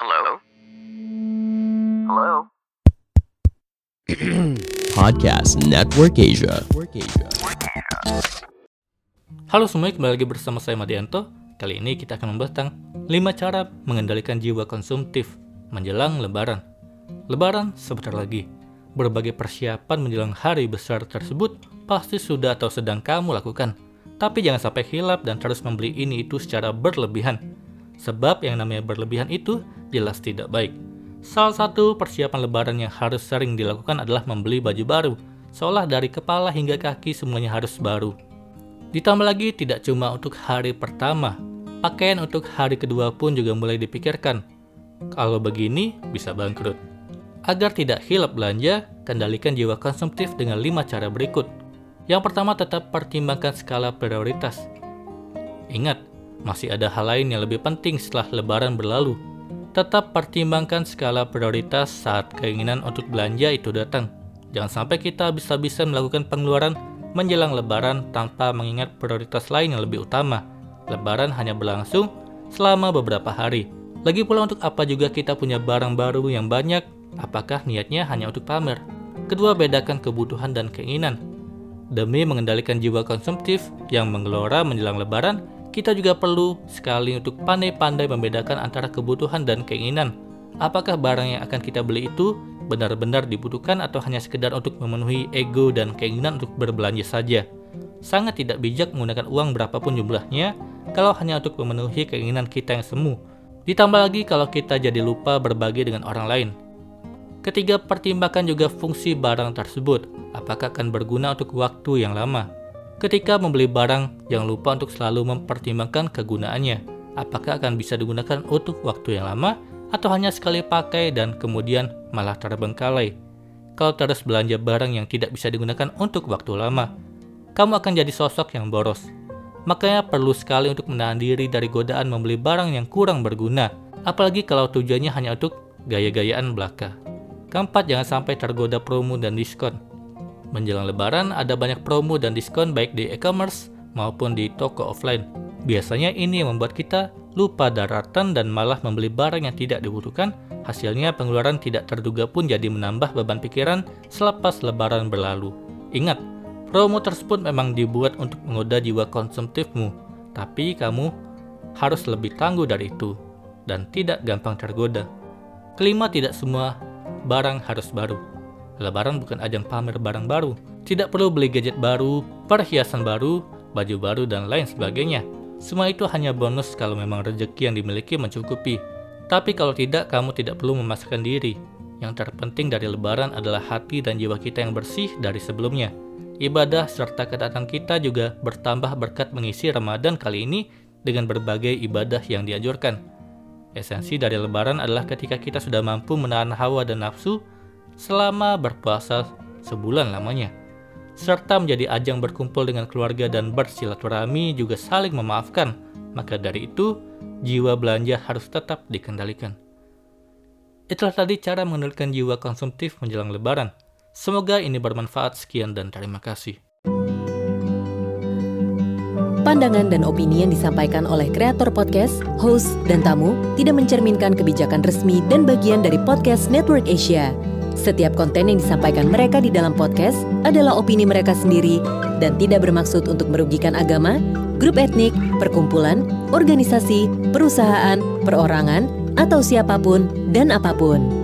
Hello? Hello? Podcast Network Asia. Halo semuanya, kembali lagi bersama saya Madianto. Kali ini kita akan membahas tentang 5 cara mengendalikan jiwa konsumtif menjelang Lebaran. Lebaran sebentar lagi. Berbagai persiapan menjelang hari besar tersebut pasti sudah atau sedang kamu lakukan. Tapi jangan sampai hilap dan terus membeli ini itu secara berlebihan. Sebab yang namanya berlebihan itu jelas tidak baik. Salah satu persiapan Lebaran yang harus sering dilakukan adalah membeli baju baru. Seolah dari kepala hingga kaki semuanya harus baru. Ditambah lagi tidak cuma untuk hari pertama, pakaian untuk hari kedua pun juga mulai dipikirkan. Kalau begini bisa bangkrut. Agar tidak hilap belanja, kendalikan jiwa konsumtif dengan 5 cara berikut. Yang pertama, tetap pertimbangkan skala prioritas. Ingat, masih ada hal lain yang lebih penting setelah Lebaran berlalu. Tetap pertimbangkan skala prioritas saat keinginan untuk belanja itu datang. Jangan sampai kita habis-habisan melakukan pengeluaran menjelang Lebaran tanpa mengingat prioritas lain yang lebih utama. Lebaran hanya berlangsung selama beberapa hari. Lagi pula, untuk apa juga kita punya barang baru yang banyak? Apakah niatnya hanya untuk pamer? Kedua, bedakan kebutuhan dan keinginan. Demi mengendalikan jiwa konsumtif yang menggelora menjelang Lebaran, kita juga perlu sekali untuk pandai-pandai membedakan antara kebutuhan dan keinginan. Apakah barang yang akan kita beli itu benar-benar dibutuhkan atau hanya sekedar untuk memenuhi ego dan keinginan untuk berbelanja saja? Sangat tidak bijak menggunakan uang berapapun jumlahnya kalau hanya untuk memenuhi keinginan kita yang semu. Ditambah lagi kalau kita jadi lupa berbagi dengan orang lain. Ketiga, pertimbangkan juga fungsi barang tersebut. Apakah akan berguna untuk waktu yang lama? Ketika membeli barang, jangan lupa untuk selalu mempertimbangkan kegunaannya. Apakah akan bisa digunakan untuk waktu yang lama atau hanya sekali pakai dan kemudian malah terbengkalai? Kalau terus belanja barang yang tidak bisa digunakan untuk waktu lama, kamu akan jadi sosok yang boros. Makanya perlu sekali untuk menahan diri dari godaan membeli barang yang kurang berguna, apalagi kalau tujuannya hanya untuk gaya-gayaan belaka. Keempat, jangan sampai tergoda promo dan diskon. Menjelang Lebaran ada banyak promo dan diskon baik di e-commerce maupun di toko offline. Biasanya ini yang membuat kita lupa daratan dan malah membeli barang yang tidak dibutuhkan. Hasilnya pengeluaran tidak terduga pun jadi menambah beban pikiran selepas Lebaran berlalu. Ingat, promo tersebut memang dibuat untuk menggoda jiwa konsumtifmu, tapi kamu harus lebih tangguh dari itu dan tidak gampang tergoda. Kelima, tidak semua barang harus baru. Lebaran bukan ajang pamer barang baru. Tidak perlu beli gadget baru, perhiasan baru, baju baru, dan lain sebagainya. Semua itu hanya bonus kalau memang rezeki yang dimiliki mencukupi. Tapi kalau tidak, kamu tidak perlu memaksakan diri. Yang terpenting dari Lebaran adalah hati dan jiwa kita yang bersih dari sebelumnya. Ibadah serta ketaatan kita juga bertambah berkat mengisi Ramadan kali ini dengan berbagai ibadah yang dianjurkan. Esensi dari Lebaran adalah ketika kita sudah mampu menahan hawa dan nafsu selama berpuasa sebulan lamanya, serta menjadi ajang berkumpul dengan keluarga dan bersilaturahmi juga saling memaafkan. Maka dari itu, jiwa belanja harus tetap dikendalikan. Itulah tadi cara mengendalikan jiwa konsumtif menjelang Lebaran. Semoga ini bermanfaat. Sekian dan terima kasih. Pandangan dan opini yang disampaikan oleh kreator podcast, host, dan tamu tidak mencerminkan kebijakan resmi dan bagian dari podcast Network Asia. Setiap konten yang disampaikan mereka di dalam podcast adalah opini mereka sendiri dan tidak bermaksud untuk merugikan agama, grup etnik, perkumpulan, organisasi, perusahaan, perorangan, atau siapapun dan apapun.